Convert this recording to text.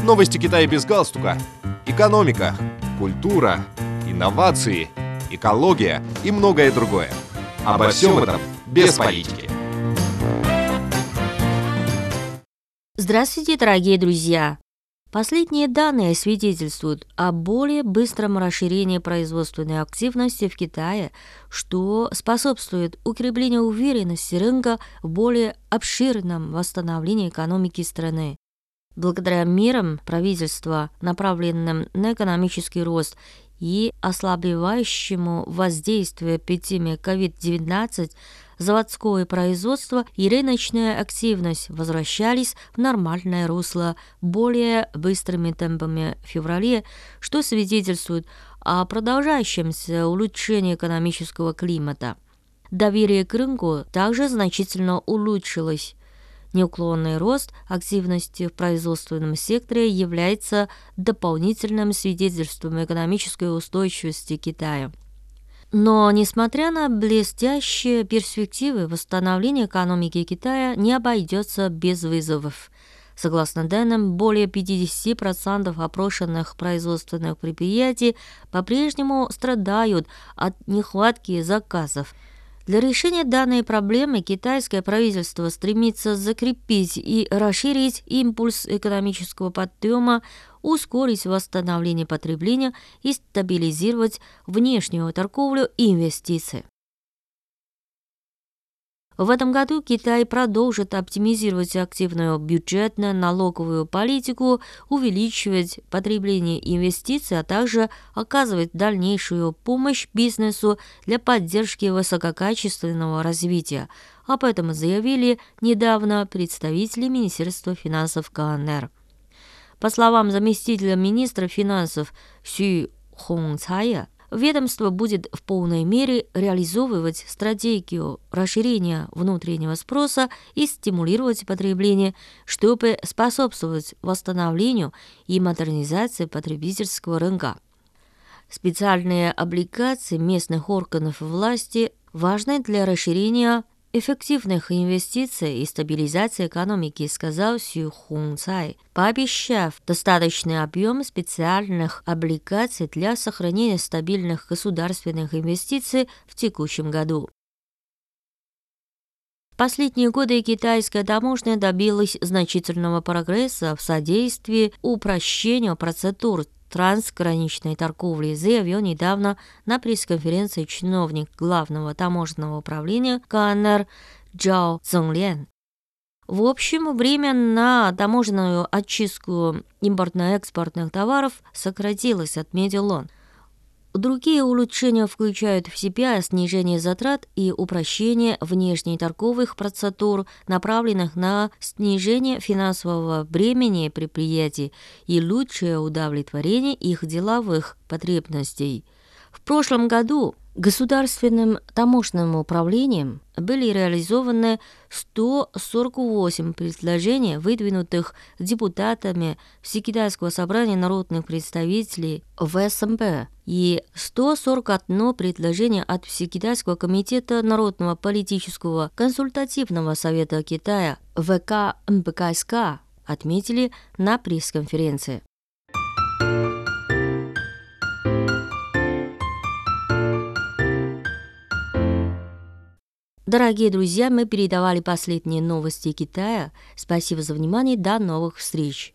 Новости Китая без галстука. Экономика, культура, инновации, экология и многое другое. Обо всем этом без политики. Здравствуйте, дорогие друзья! Последние данные свидетельствуют о более быстром расширении производственной активности в Китае, что способствует укреплению уверенности рынка в более обширном восстановлении экономики страны. Благодаря мерам правительства, направленным на экономический рост и ослабевающему воздействию эпидемии COVID-19, заводское производство и рыночная активность возвращались в нормальное русло более быстрыми темпами в феврале, что свидетельствует о продолжающемся улучшении экономического климата. Доверие к рынку также значительно улучшилось. Неуклонный рост активности в производственном секторе является дополнительным свидетельством экономической устойчивости Китая. Но, несмотря на блестящие перспективы, восстановление экономики Китая не обойдется без вызовов. Согласно данным, более 50% опрошенных производственных предприятий по-прежнему страдают от нехватки заказов. Для решения данной проблемы китайское правительство стремится закрепить и расширить импульс экономического подъема, ускорить восстановление потребления и стабилизировать внешнюю торговлю и инвестиции. В этом году Китай продолжит оптимизировать активную бюджетно-налоговую политику, увеличивать потребление и инвестиции, а также оказывать дальнейшую помощь бизнесу для поддержки высококачественного развития. Об этом заявили недавно представители Министерства финансов КНР. По словам заместителя министра финансов Сю Хонгцая, ведомство будет в полной мере реализовывать стратегию расширения внутреннего спроса и стимулировать потребление, чтобы способствовать восстановлению и модернизации потребительского рынка. Специальные облигации местных органов власти важны для расширения эффективных инвестиций и стабилизации экономики, сказал Сю Хонгцай, пообещав достаточный объем специальных облигаций для сохранения стабильных государственных инвестиций в текущем году. В последние годы китайская таможня добилась значительного прогресса в содействии упрощению процедур трансграничной торговли, заявил недавно на пресс-конференции чиновник Главного таможенного управления КНР Чжао Цзонглян. В общем, время на таможенную очистку импортно-экспортных товаров сократилось, отметил он. Другие улучшения включают в себя снижение затрат и упрощение внешнеторговых процедур, направленных на снижение финансового бремени предприятий и лучшее удовлетворение их деловых потребностей. В прошлом году Государственным таможенным управлением были реализованы 148 предложений, выдвинутых депутатами Всекитайского собрания народных представителей ВСМП, и 141 предложение от Всекитайского комитета Народного политического консультативного совета Китая ВК МПКСК, отметили на пресс-конференции. Дорогие друзья, мы передавали последние новости Китая. Спасибо за внимание. До новых встреч!